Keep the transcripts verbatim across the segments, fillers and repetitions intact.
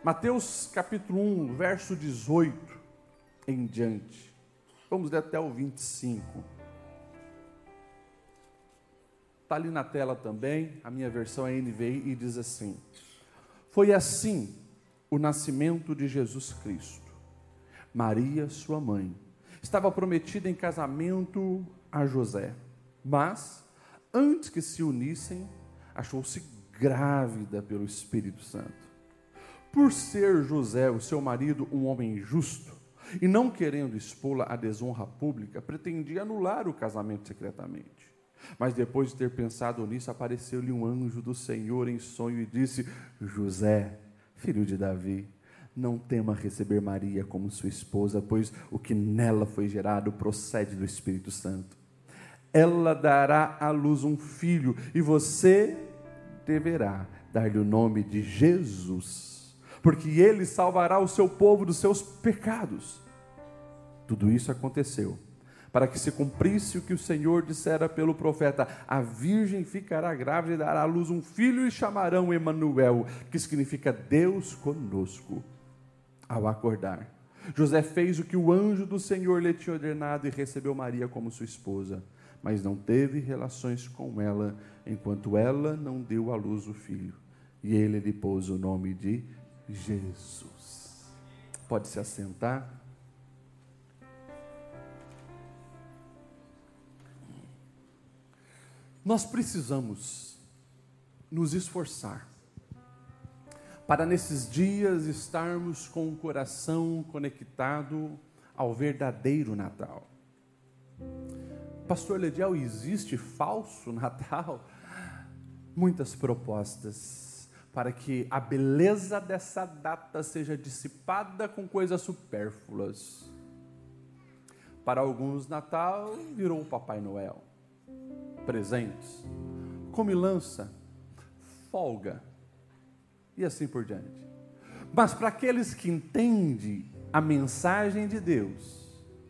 Mateus capítulo um, verso dezoito em diante. Vamos ler até o vinte e cinco. Está ali na tela também, a minha versão é N V I e diz assim: Foi assim o nascimento de Jesus Cristo. Maria, sua mãe, estava prometida em casamento a José, mas, antes que se unissem, achou-se grávida pelo Espírito Santo. Por ser José, o seu marido, um homem justo, e não querendo expô-la à desonra pública, pretendia anular o casamento secretamente. Mas depois de ter pensado nisso, apareceu-lhe um anjo do Senhor em sonho e disse: José, filho de Davi, não tema receber Maria como sua esposa, pois o que nela foi gerado procede do Espírito Santo. Ela dará à luz um filho, e você deverá dar-lhe o nome de Jesus, porque ele salvará o seu povo dos seus pecados. Tudo isso aconteceu para que se cumprisse o que o Senhor dissera pelo profeta: a virgem ficará grávida e dará à luz um filho e chamarão Emanuel, que significa Deus conosco. Ao acordar, José fez o que o anjo do Senhor lhe tinha ordenado e recebeu Maria como sua esposa, mas não teve relações com ela, enquanto ela não deu à luz o filho. E ele lhe pôs o nome de Jesus. Pode se assentar. Nós precisamos nos esforçar para nesses dias estarmos com o coração conectado ao verdadeiro Natal. Pastor Lediel, existe falso Natal? Muitas propostas para que a beleza dessa data seja dissipada com coisas supérfluas. Para alguns, Natal virou o Papai Noel. Presentes, comilança, folga e assim por diante. Mas para aqueles que entendem a mensagem de Deus,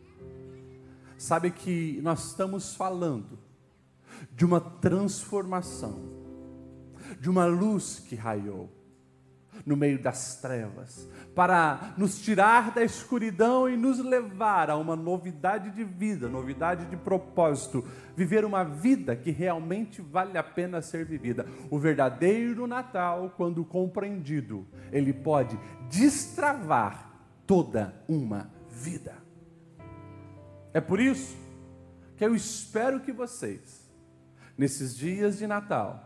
sabe que nós estamos falando de uma transformação, de uma luz que raiou no meio das trevas, para nos tirar da escuridão e nos levar a uma novidade de vida, novidade de propósito, viver uma vida que realmente vale a pena ser vivida. O verdadeiro Natal, quando compreendido, ele pode destravar toda uma vida. É por isso que eu espero que vocês, nesses dias de Natal,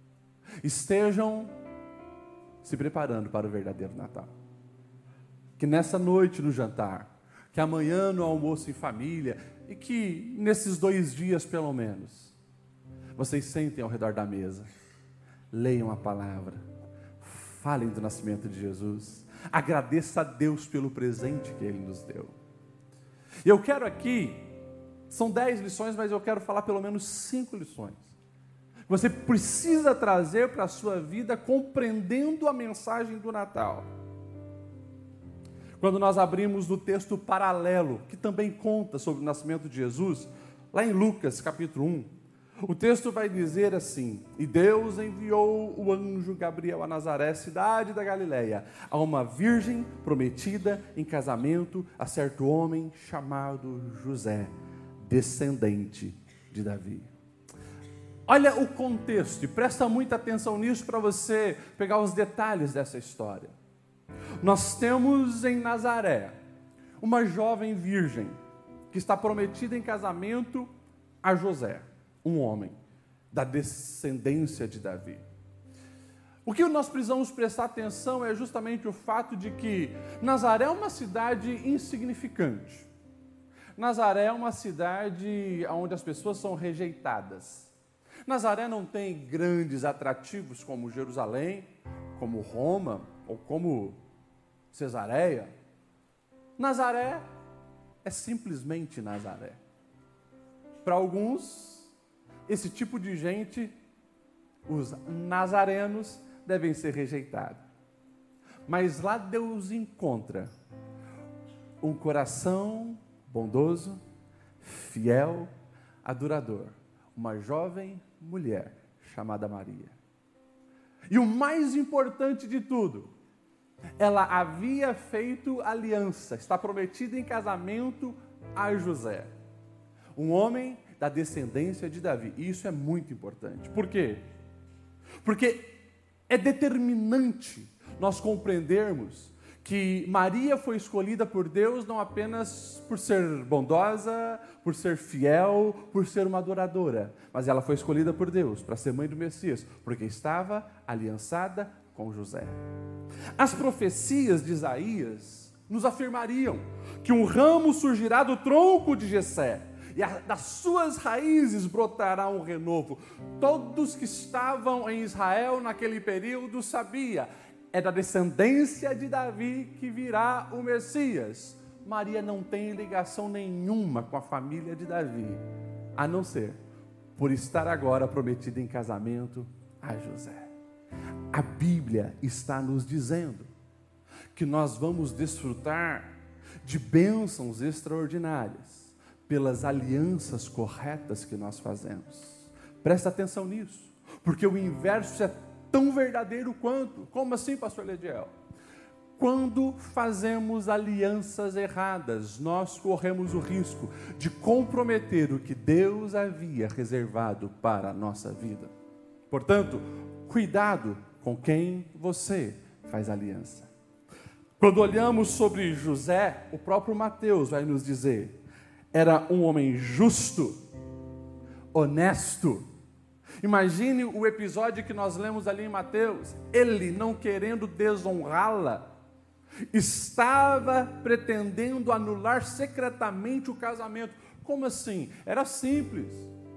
estejam se preparando para o verdadeiro Natal. Que nessa noite no jantar, que amanhã no almoço em família, e que nesses dois dias pelo menos, vocês sentem ao redor da mesa, leiam a palavra, falem do nascimento de Jesus, agradeça a Deus pelo presente que Ele nos deu. E eu quero aqui, são dez lições, mas eu quero falar pelo menos cinco lições. Você precisa trazer para a sua vida compreendendo a mensagem do Natal. Quando nós abrimos no texto paralelo, que também conta sobre o nascimento de Jesus, lá em Lucas capítulo um, o texto vai dizer assim: E Deus enviou o anjo Gabriel a Nazaré, cidade da Galileia, a uma virgem prometida em casamento a certo homem chamado José, descendente de Davi. Olha o contexto e presta muita atenção nisso para você pegar os detalhes dessa história. Nós temos em Nazaré uma jovem virgem que está prometida em casamento a José, um homem da descendência de Davi. O que nós precisamos prestar atenção é justamente o fato de que Nazaré é uma cidade insignificante. Nazaré é uma cidade onde as pessoas são rejeitadas. Nazaré não tem grandes atrativos como Jerusalém, como Roma ou como Cesareia. Nazaré é simplesmente Nazaré. Para alguns, esse tipo de gente, os nazarenos, devem ser rejeitados. Mas lá Deus encontra um coração bondoso, fiel, adorador. Uma jovem mulher chamada Maria. E o mais importante de tudo, ela havia feito aliança, está prometida em casamento a José, um homem da descendência de Davi. E isso é muito importante. Por quê? Porque é determinante nós compreendermos que Maria foi escolhida por Deus não apenas por ser bondosa, por ser fiel, por ser uma adoradora, mas ela foi escolhida por Deus para ser mãe do Messias, porque estava aliançada com José. As profecias de Isaías nos afirmariam que um ramo surgirá do tronco de Jessé, e das suas raízes brotará um renovo. Todos que estavam em Israel naquele período sabiam, é da descendência de Davi que virá o Messias. Maria não tem ligação nenhuma com a família de Davi, a não ser por estar agora prometida em casamento a José. A Bíblia está nos dizendo que nós vamos desfrutar de bênçãos extraordinárias pelas alianças corretas que nós fazemos. Presta atenção nisso, porque o inverso é tão verdadeiro quanto. Como assim, pastor Lediel? Quando fazemos alianças erradas, nós corremos o risco de comprometer o que Deus havia reservado para a nossa vida. Portanto, cuidado com quem você faz aliança. Quando olhamos sobre José, o próprio Mateus vai nos dizer: era um homem justo, honesto. Imagine o episódio que nós lemos ali em Mateus. Ele, não querendo desonrá-la, estava pretendendo anular secretamente o casamento. Como assim? Era simples.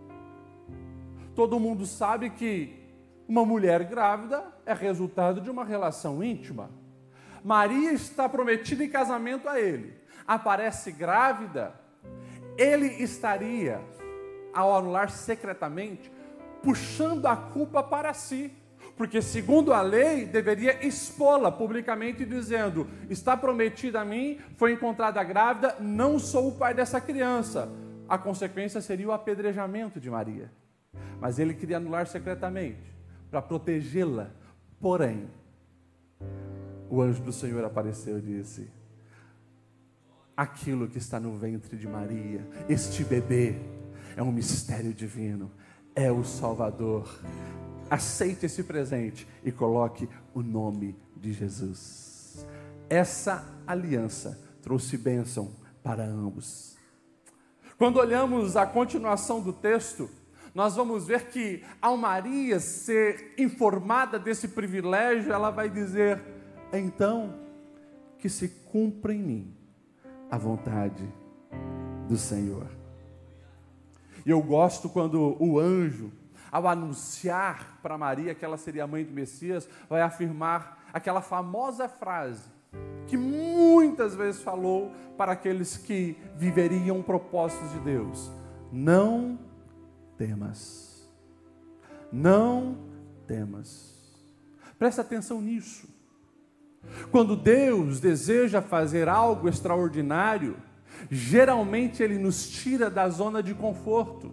Todo mundo sabe que uma mulher grávida é resultado de uma relação íntima. Maria está prometida em casamento a ele. Aparece grávida. Ele estaria, ao anular secretamente, puxando a culpa para si, porque segundo a lei, deveria expô-la publicamente dizendo: está prometida a mim, foi encontrada grávida, não sou o pai dessa criança. A consequência seria o apedrejamento de Maria. Mas ele queria anular secretamente, para protegê-la. Porém, o anjo do Senhor apareceu e disse: aquilo que está no ventre de Maria, este bebê, é um mistério divino, é o Salvador. Aceite esse presente e coloque o nome de Jesus. Essa aliança trouxe bênção para ambos. Quando olhamos a continuação do texto, nós vamos ver que, ao Maria ser informada desse privilégio, ela vai dizer: então, que se cumpra em mim a vontade do Senhor. E eu gosto quando o anjo, ao anunciar para Maria que ela seria a mãe do Messias, vai afirmar aquela famosa frase que muitas vezes falou para aqueles que viveriam propósitos de Deus: não temas, não temas. Presta atenção nisso. Quando Deus deseja fazer algo extraordinário, geralmente Ele nos tira da zona de conforto.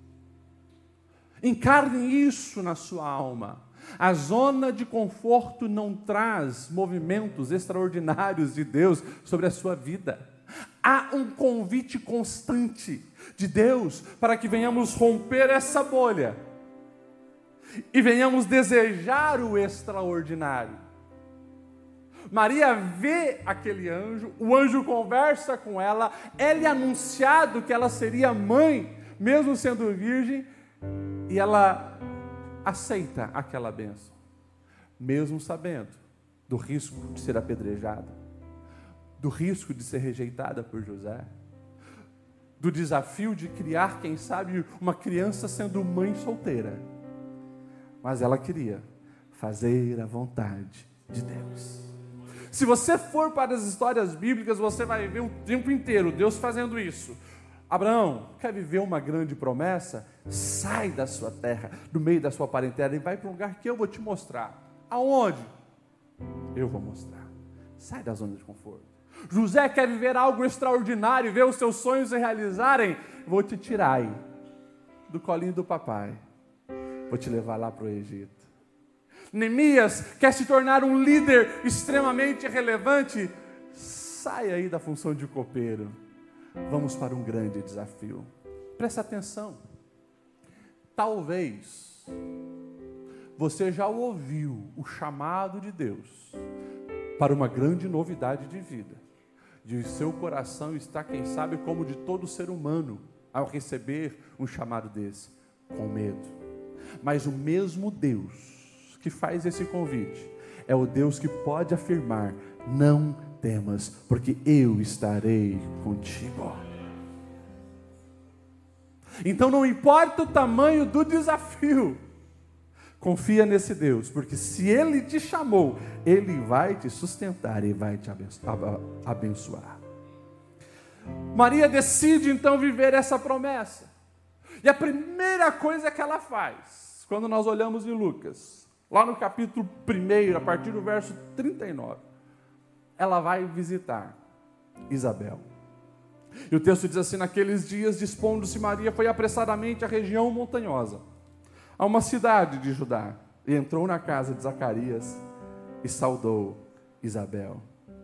Encarne isso na sua alma. A zona de conforto não traz movimentos extraordinários de Deus sobre a sua vida. Há um convite constante de Deus para que venhamos romper essa bolha e venhamos desejar o extraordinário. Maria vê aquele anjo, o anjo conversa com ela, é-lhe anunciado que ela seria mãe, mesmo sendo virgem, e ela aceita aquela bênção, mesmo sabendo do risco de ser apedrejada, do risco de ser rejeitada por José, do desafio de criar, quem sabe, uma criança sendo mãe solteira. Mas ela queria fazer a vontade de Deus. Se você for para as histórias bíblicas, você vai ver o tempo inteiro Deus fazendo isso. Abraão, quer viver uma grande promessa? Sai da sua terra, do meio da sua parentela, e vai para um lugar que eu vou te mostrar. Aonde? Eu vou mostrar. Sai da zona de conforto. José quer viver algo extraordinário, ver os seus sonhos se realizarem? Vou te tirar aí do colinho do papai. Vou te levar lá para o Egito. Neemias quer se tornar um líder extremamente relevante. Sai aí da função de copeiro. Vamos para um grande desafio. Presta atenção. Talvez você já ouviu o chamado de Deus para uma grande novidade de vida. De seu coração está, quem sabe, como de todo ser humano, ao receber um chamado desse, com medo. Mas o mesmo Deus que faz esse convite é o Deus que pode afirmar: não temas, porque eu estarei contigo. Então não importa o tamanho do desafio, confia nesse Deus, porque se Ele te chamou, Ele vai te sustentar e vai te abençoar. Maria decide então viver essa promessa. E a primeira coisa que ela faz, quando nós olhamos em Lucas, lá no capítulo um, a partir do verso trinta e nove, ela vai visitar Isabel. E o texto diz assim: naqueles dias, dispondo-se Maria, foi apressadamente à região montanhosa, a uma cidade de Judá, e entrou na casa de Zacarias e saudou Isabel.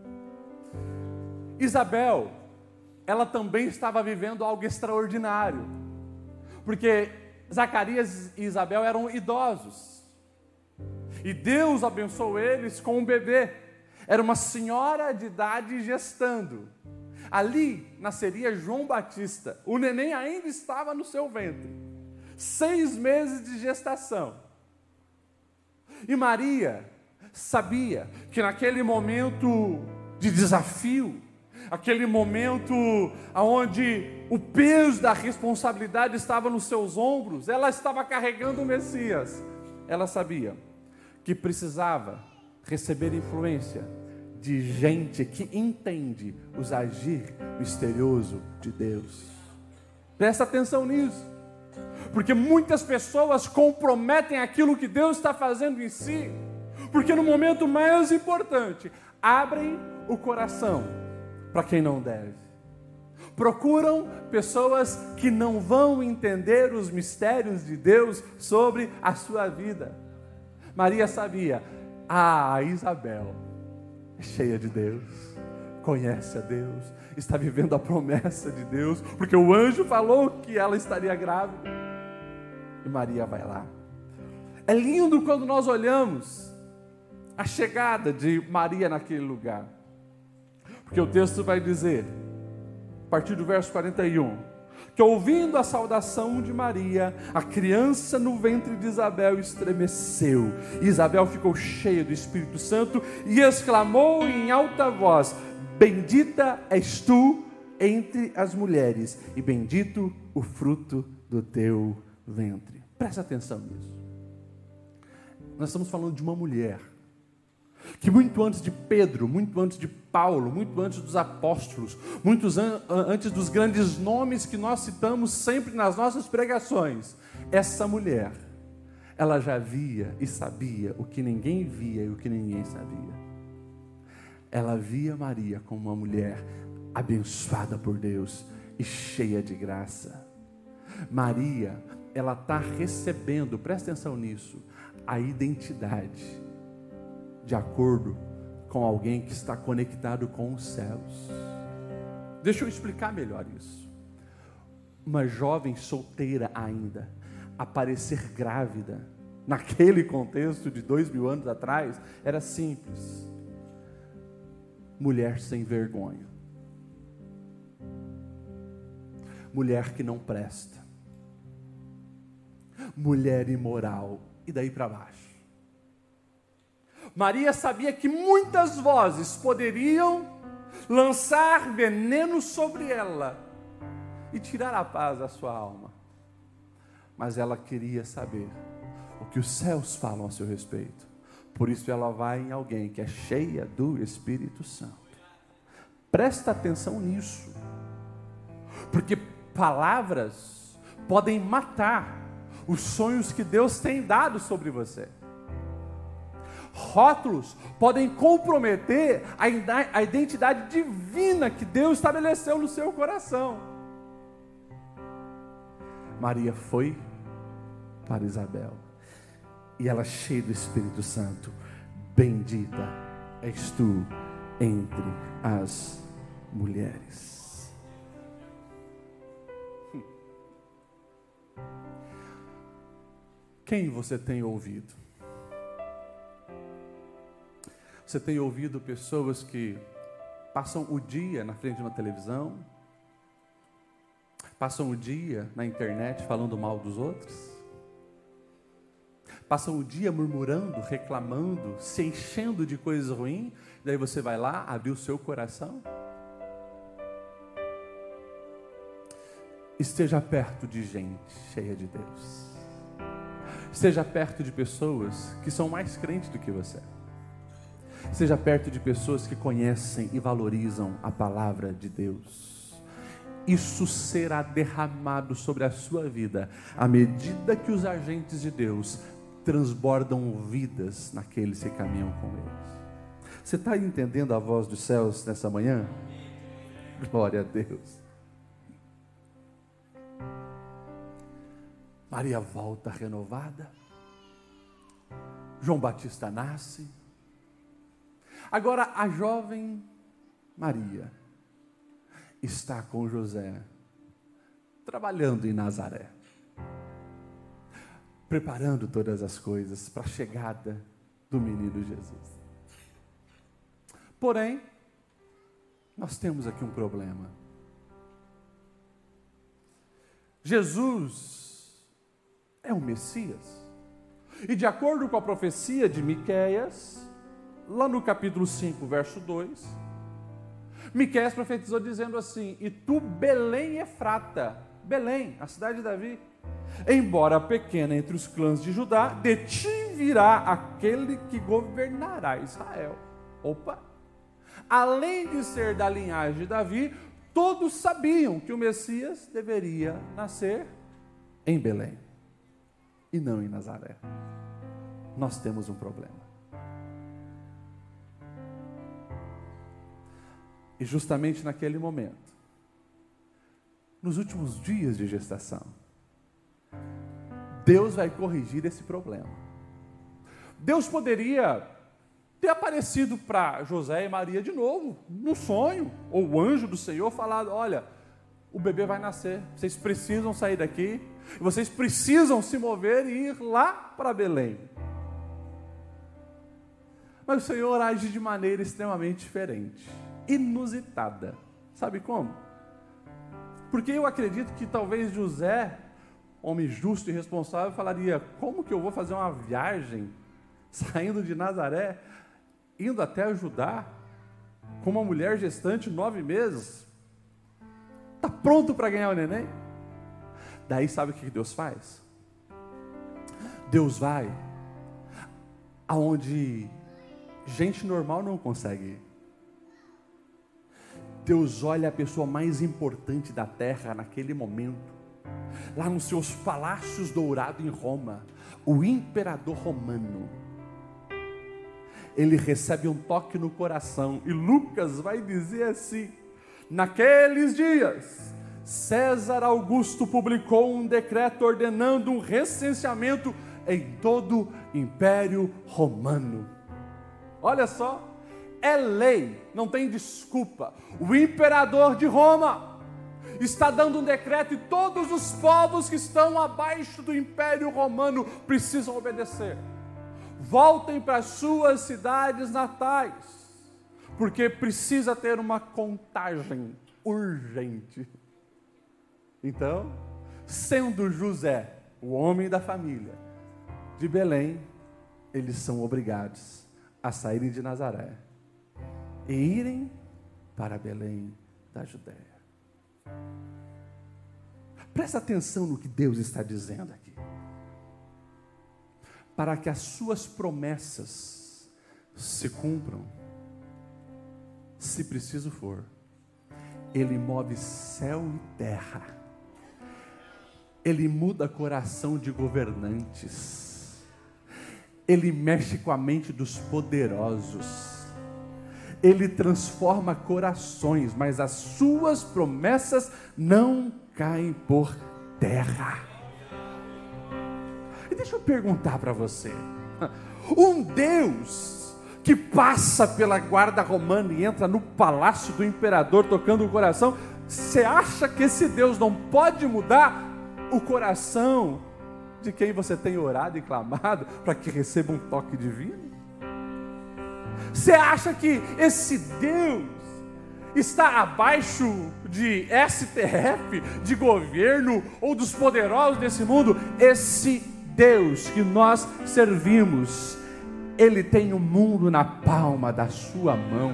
Isabel, ela também estava vivendo algo extraordinário, porque Zacarias e Isabel eram idosos, e Deus abençoou eles com um bebê. Era uma senhora de idade gestando. Ali nasceria João Batista. O neném ainda estava no seu ventre. Seis meses de gestação. E Maria sabia que naquele momento de desafio, aquele momento onde o peso da responsabilidade estava nos seus ombros, ela estava carregando o Messias. Ela sabia que precisava receber influência de gente que entende os agir misterioso de Deus. Presta atenção nisso, porque muitas pessoas comprometem aquilo que Deus está fazendo em si, porque no momento mais importante, abrem o coração para quem não deve. Procuram pessoas que não vão entender os mistérios de Deus sobre a sua vida. Maria sabia: ah, Isabel é cheia de Deus, conhece a Deus, está vivendo a promessa de Deus, porque o anjo falou que ela estaria grávida. E Maria vai lá. É lindo quando nós olhamos a chegada de Maria naquele lugar, porque o texto vai dizer, a partir do verso quarenta e um, que ouvindo a saudação de Maria, a criança no ventre de Isabel estremeceu. Isabel ficou cheia do Espírito Santo e exclamou em alta voz: bendita és tu entre as mulheres, e bendito o fruto do teu ventre. Presta atenção nisso. Nós estamos falando de uma mulher que muito antes de Pedro, muito antes de Paulo, muito antes dos apóstolos, muito an- antes dos grandes nomes que nós citamos sempre nas nossas pregações, essa mulher, ela já via e sabia o que ninguém via e o que ninguém sabia. Ela via Maria como uma mulher abençoada por Deus e cheia de graça. Maria, ela está recebendo, presta atenção nisso, a identidade de acordo com alguém que está conectado com os céus. Deixa eu explicar melhor isso. Uma jovem solteira ainda, aparecer grávida, naquele contexto de dois mil anos atrás, era simples. Mulher sem vergonha. Mulher que não presta. Mulher imoral. E daí para baixo. Maria sabia que muitas vozes poderiam lançar veneno sobre ela e tirar a paz da sua alma. Mas ela queria saber o que os céus falam a seu respeito. Por isso ela vai em alguém que é cheia do Espírito Santo. Presta atenção nisso. Porque palavras podem matar os sonhos que Deus tem dado sobre você. Rótulos podem comprometer a identidade divina que Deus estabeleceu no seu coração. Maria foi para Isabel e ela cheia do Espírito Santo. Bendita és tu entre as mulheres. Quem você tem ouvido? Você tem ouvido pessoas que passam o dia na frente de uma televisão, passam o dia na internet falando mal dos outros, passam o dia murmurando, reclamando, se enchendo de coisas ruins, daí você vai lá abrir o seu coração? Esteja perto de gente cheia de Deus. Esteja perto de pessoas que são mais crentes do que você. Esteja perto de pessoas que conhecem e valorizam a palavra de Deus. Isso será derramado sobre a sua vida à medida que os agentes de Deus transbordam vidas naqueles que caminham com eles. Você está entendendo a voz dos céus nessa manhã? Glória a Deus. Maria volta renovada. João Batista nasce. Agora a jovem Maria está com José, trabalhando em Nazaré, preparando todas as coisas para a chegada do menino Jesus. Porém, nós temos aqui um problema. Jesus é o Messias. E de acordo com a profecia de Miqueias, lá no capítulo cinco, verso dois, Miqueias profetizou dizendo assim: e tu, Belém Efrata, Belém, a cidade de Davi, embora pequena entre os clãs de Judá, de ti virá aquele que governará Israel. Opa! Além de ser da linhagem de Davi, todos sabiam que o Messias deveria nascer em Belém e não em Nazaré. Nós temos um problema. E justamente naquele momento, nos últimos dias de gestação, Deus vai corrigir esse problema. Deus poderia ter aparecido para José e Maria de novo, no sonho, ou o anjo do Senhor falado: olha, o bebê vai nascer, vocês precisam sair daqui, vocês precisam se mover e ir lá para Belém. Mas o Senhor age de maneira extremamente diferente, inusitada. Sabe como? Porque eu acredito que talvez José, homem justo e responsável, falaria: como que eu vou fazer uma viagem saindo de Nazaré, indo até Judá, com uma mulher gestante nove meses? Está pronto para ganhar o neném? Daí sabe o que Deus faz? Deus vai aonde gente normal não consegue ir. Deus olha a pessoa mais importante da terra naquele momento, lá nos seus palácios dourados em Roma, o imperador romano. Ele recebe um toque no coração, e Lucas vai dizer assim: naqueles dias, César Augusto publicou um decreto ordenando um recenseamento em todo o Império Romano. Olha só, é lei, não tem desculpa. O imperador de Roma está dando um decreto e todos os povos que estão abaixo do Império Romano precisam obedecer. Voltem para suas cidades natais, porque precisa ter uma contagem urgente. Então, sendo José o homem da família de Belém, eles são obrigados a saírem de Nazaré e irem para Belém da Judéia. Presta atenção no que Deus está dizendo aqui. Para que as suas promessas se cumpram, se preciso for, Ele move céu e terra. Ele muda coração de governantes. Ele mexe com a mente dos poderosos. Ele transforma corações, mas as suas promessas não caem por terra. E deixa eu perguntar para você, um Deus que passa pela guarda romana e entra no palácio do imperador tocando o coração, você acha que esse Deus não pode mudar o coração de quem você tem orado e clamado para que receba um toque divino? Você acha que esse Deus está abaixo de S T F, de governo ou dos poderosos desse mundo? Esse Deus que nós servimos, Ele tem o mundo na palma da sua mão.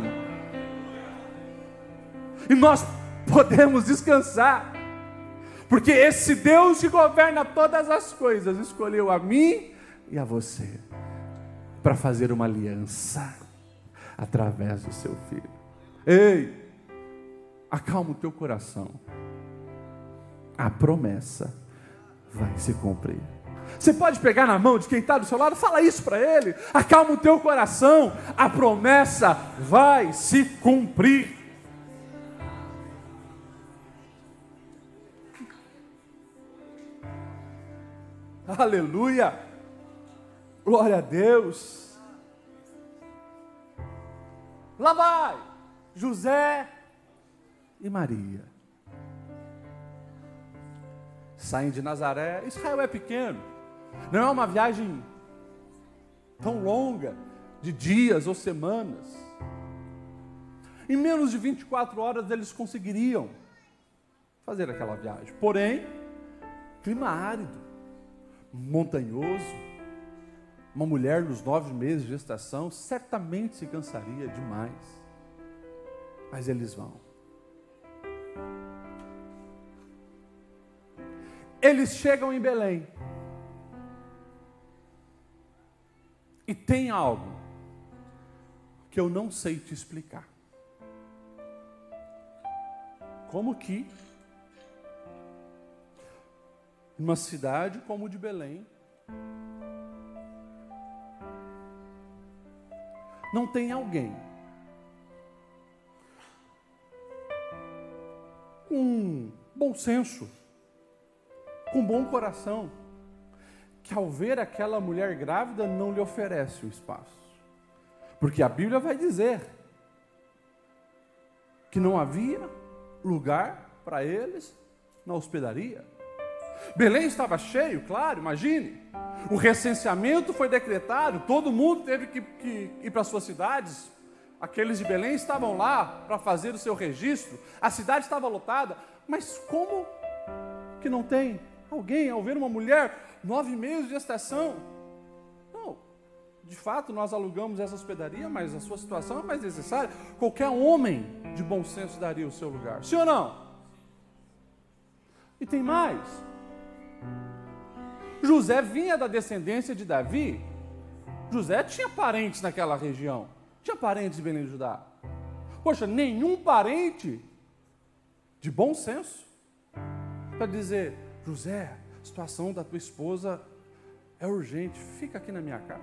E nós podemos descansar, porque esse Deus que governa todas as coisas escolheu a mim e a você para fazer uma aliança através do seu Filho. Ei, acalma o teu coração. A promessa vai se cumprir. Você pode pegar na mão de quem está do seu lado, fala isso para ele. Acalma o teu coração. A promessa vai se cumprir. Aleluia. Glória a Deus. Lá vai José e Maria. Saem de Nazaré. Israel é pequeno. Não é uma viagem tão longa, de dias ou semanas. Em menos de vinte e quatro horas eles conseguiriam fazer aquela viagem. Porém, clima árido, montanhoso. Uma mulher nos nove meses de gestação certamente se cansaria demais. Mas eles vão. Eles chegam em Belém. E tem algo que eu não sei te explicar. Como que numa cidade como de Belém não tem alguém com bom senso, com bom coração, que ao ver aquela mulher grávida não lhe oferece o espaço. Porque a Bíblia vai dizer que não havia lugar para eles na hospedaria. Belém estava cheio, claro, imagine. O recenseamento foi decretado, todo mundo teve que, que ir para suas cidades. Aqueles de Belém estavam lá para fazer o seu registro. A cidade estava lotada. Mas como que não tem alguém ao ver uma mulher nove meses de gestação? Não, de fato nós alugamos essa hospedaria, mas a sua situação é mais necessária. Qualquer homem de bom senso daria o seu lugar, sim ou não? E tem mais. José vinha da descendência de Davi. José tinha parentes naquela região, tinha parentes em Belém de Judá. Poxa, nenhum parente de bom senso para dizer: José, a situação da tua esposa é urgente, fica aqui na minha casa.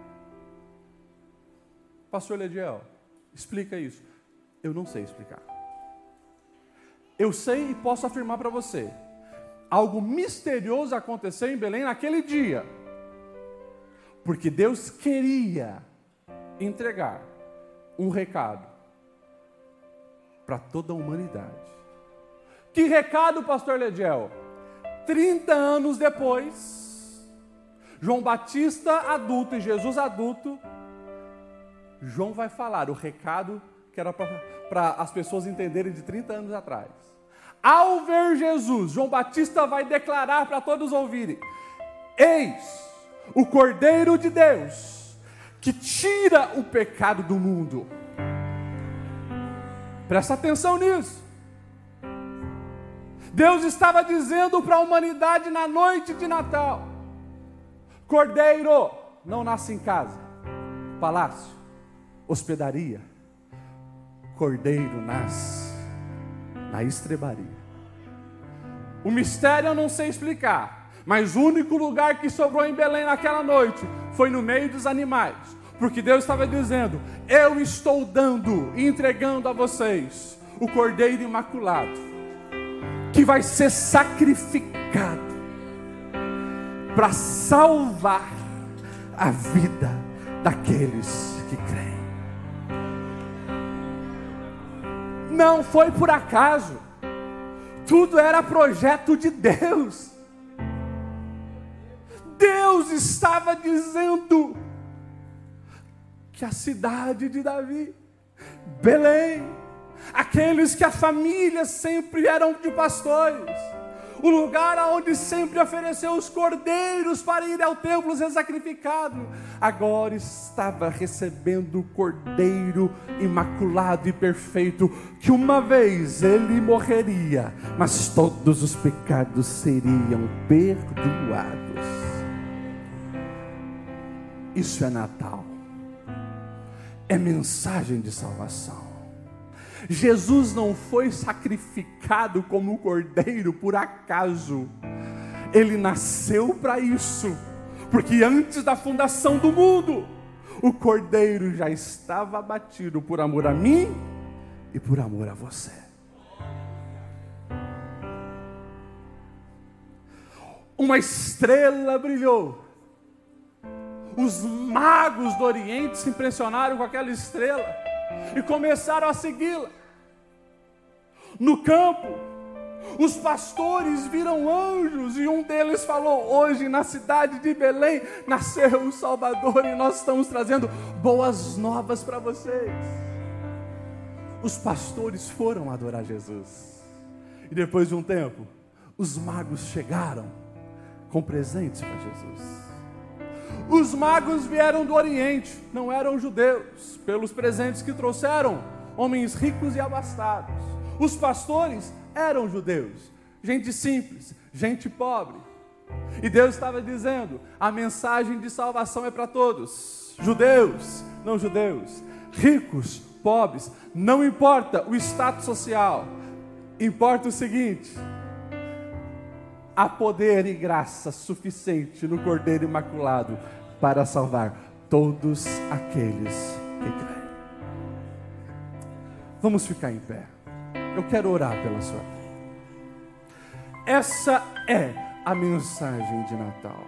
Pastor Lediel, explica isso. Eu não sei explicar. Eu sei e posso afirmar para você, algo misterioso aconteceu em Belém naquele dia, porque Deus queria entregar um recado para toda a humanidade. Que recado, pastor Lediel? trinta anos depois, João Batista adulto e Jesus adulto, João vai falar o recado que era para as pessoas entenderem de trinta anos atrás. Ao ver Jesus, João Batista vai declarar para todos ouvirem: eis o Cordeiro de Deus que tira o pecado do mundo. Presta atenção nisso. Deus estava dizendo para a humanidade na noite de Natal: Cordeiro não nasce em casa, palácio, hospedaria. Cordeiro nasce na estrebaria. O mistério eu não sei explicar, mas o único lugar que sobrou em Belém naquela noite foi no meio dos animais, porque Deus estava dizendo: eu estou dando e entregando a vocês o Cordeiro Imaculado, que vai ser sacrificado para salvar a vida daqueles que creem. Não foi por acaso, tudo era projeto de Deus. Deus estava dizendo que a cidade de Davi, Belém, aqueles que a família sempre eram de pastores, o lugar onde sempre ofereceu os cordeiros para ir ao templo ser sacrificado, agora estava recebendo o cordeiro imaculado e perfeito, que uma vez ele morreria, mas todos os pecados seriam perdoados. Isso é Natal, é mensagem de salvação. Jesus não foi sacrificado como cordeiro por acaso. Ele nasceu para isso, porque antes da fundação do mundo, o cordeiro já estava abatido por amor a mim e por amor a você. Uma estrela brilhou. Os magos do Oriente se impressionaram com aquela estrela e começaram a segui-la. No campo, os pastores viram anjos e um deles falou: hoje na cidade de Belém nasceu o Salvador e nós estamos trazendo boas novas para vocês. Os pastores foram adorar Jesus e depois de um tempo, os magos chegaram com presentes para Jesus. Os magos vieram do Oriente, não eram judeus, pelos presentes que trouxeram, homens ricos e abastados. Os pastores eram judeus, gente simples, gente pobre. E Deus estava dizendo: a mensagem de salvação é para todos, judeus, não judeus, ricos, pobres, não importa o status social, importa o seguinte: há poder e graça suficiente no Cordeiro Imaculado para salvar todos aqueles que creem. Vamos ficar em pé. Eu quero orar pela sua vida. Essa é a mensagem de Natal.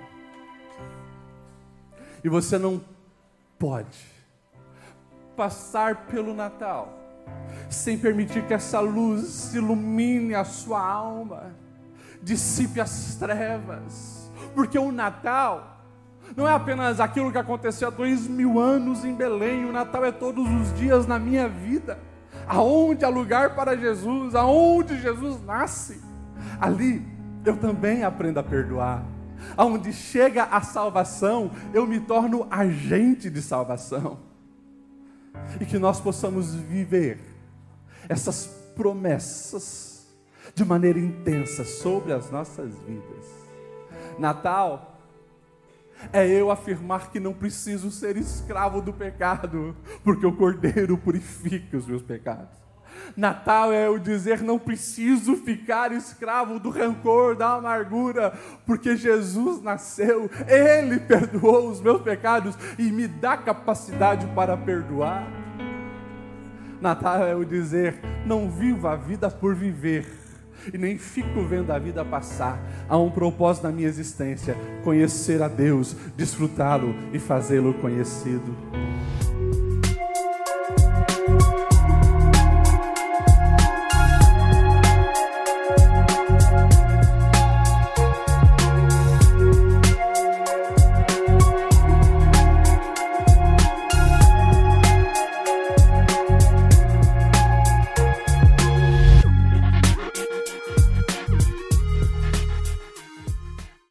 E você não pode passar pelo Natal sem permitir que essa luz ilumine a sua alma, dissipe as trevas, porque o Natal não é apenas aquilo que aconteceu há dois mil anos em Belém. O Natal é todos os dias na minha vida, aonde há lugar para Jesus, aonde Jesus nasce, ali eu também aprendo a perdoar. Aonde chega a salvação, eu me torno agente de salvação. E que nós possamos viver essas promessas de maneira intensa sobre as nossas vidas. Natal é eu afirmar que não preciso ser escravo do pecado, porque o Cordeiro purifica os meus pecados. Natal é eu dizer: não preciso ficar escravo do rancor, da amargura, porque Jesus nasceu, Ele perdoou os meus pecados e me dá capacidade para perdoar. Natal é eu dizer: não vivo a vida por viver, e nem fico vendo a vida passar. Há um propósito na minha existência: conhecer a Deus, desfrutá-lo e fazê-lo conhecido.